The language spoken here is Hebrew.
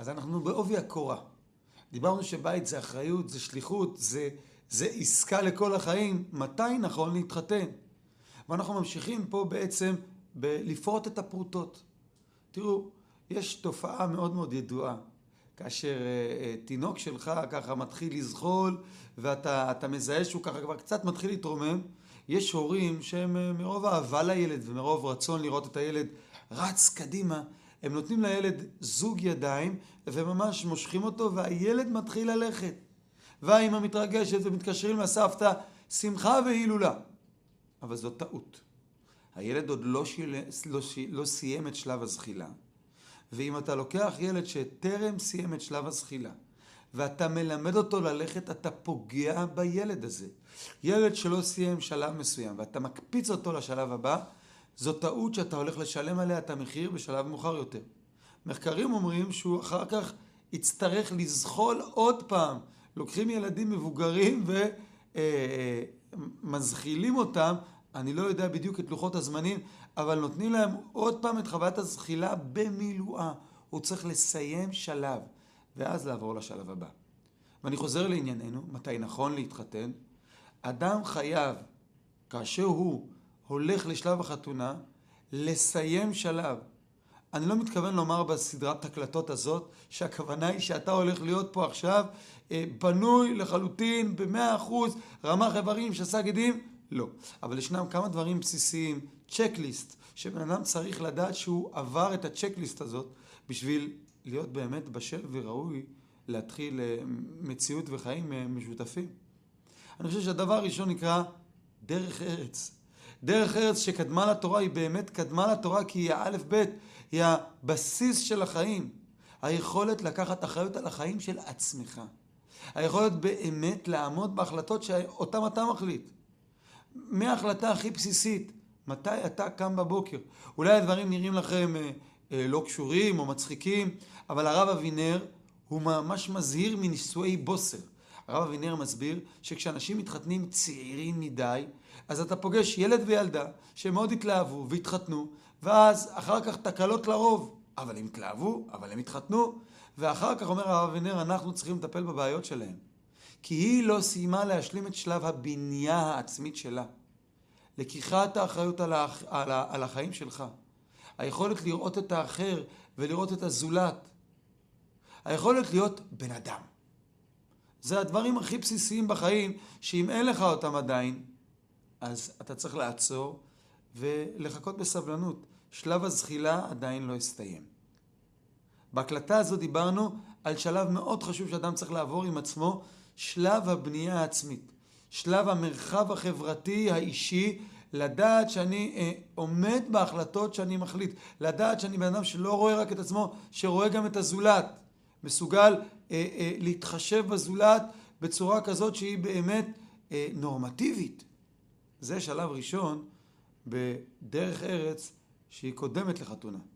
אז אנחנו בעובי הקורה. דיברנו שבית זה אחריות, זה שליחות, זה עסקה לכל החיים. מתי נכון להתחתן? ואנחנו ממשיכים פה בעצם לפרוט את הפרוטות. תראו, יש תופעה מאוד מאוד ידועה. כאשר תינוק שלך ככה מתחיל לזחול, ואתה מזהה שהוא ככה כבר קצת מתחיל להתרומם, יש הורים שהם מרוב אהבה לילד ומרוב רצון לראות את הילד רץ קדימה, הם נותנים לילד זוג ידיים וממש מושכים אותו והילד מתחיל ללכת. והאמא מתרגשת ומתקשרים לסבתא, שמחה והילולה. אבל זו טעות. הילד עוד לא סיים את שלב הזחילה. ואם אתה לוקח ילד שטרם סיים את שלב הזחילה, ואתה מלמד אותו ללכת, אתה פוגע בילד הזה. ילד שלא סיים שלב מסוים, ואתה מקפיץ אותו לשלב הבא, זו טעות שאתה הולך לשלם עליה את המחיר בשלב מאוחר יותר. מחקרים אומרים שהוא אחר כך יצטרך לזחול עוד פעם. לוקחים ילדים מבוגרים ומזחילים אותם, אני לא יודע בדיוק את לוחות הזמנים, אבל נותנים להם עוד פעם את חוויית הזחילה במילואה. הוא צריך לסיים שלב, ואז לעבור לשלב הבא. ואני חוזר לענייננו, מתי נכון להתחתן. אדם חייב, כאשר הוא הולך לשלב החתונה, לסיים שלב. אני לא מתכוון לומר בסדרת הקלטות הזאת, שהכוונה היא שאתה הולך להיות פה עכשיו, בנוי לחלוטין, ב100%, רמ"ח איברים, שס"ה גידים, לא. אבל ישנם כמה דברים בסיסיים, צ'קליסט, שבן אדם צריך לדעת שהוא עבר את הצ'קליסט הזאת, בשביל להיות באמת בשל וראוי להתחיל מציאות וחיים משותפים. אני חושב שהדבר הראשון נקרא דרך ארץ. דרך ארץ שקדמה לתורה היא באמת קדמה לתורה כי היא האלף בית, היא הבסיס של החיים. היכולת לקחת אחריות על החיים של עצמך. היכולת באמת לעמוד בהחלטות שאותם אתה מחליט. מההחלטה הכי בסיסית, מתי אתה קם בבוקר. אולי הדברים נראים לכם לא קשורים או מצחיקים, אבל הרב אבינר הוא ממש מזהיר מנישואי בוסר. הרב אבינר מסביר שכשאנשים מתחתנים צעירים מדי, אז אתה פוגש ילד וילדה שמאוד התלהבו והתחתנו, ואז אחר כך תקלות לרוב. אבל הם התלהבו, אבל הם התחתנו, ואחר כך אומר הרב אבינר, אנחנו צריכים לטפל בבעיות שלהם. כי היא לא סיימה להשלים את שלב הבנייה העצמית שלה. לקיחת האחריות על החיים שלך. היכולת לראות את האחר ולראות את הזולת. היכולת להיות בן אדם. זה הדברים הכי בסיסיים בחיים, שאם אין לך אותם עדיין, אז אתה צריך לעצור ולחכות בסבלנות. שלב הזחילה עדיין לא הסתיים. בהקלטה הזו דיברנו על שלב מאוד חשוב שאדם צריך לעבור עם עצמו, שלב הבנייה העצמית. שלב המרחב החברתי האישי, לדעת שאני עומד בהחלטות שאני מחליט. לדעת שאני בן אדם שלא רואה רק את עצמו, שרואה גם את הזולת. מסוגל להתחשב בזולת בצורה כזאת שהיא באמת נורמטיבית. זה שלב ראשון בדרך ארץ שהיא קודמת לחתונה.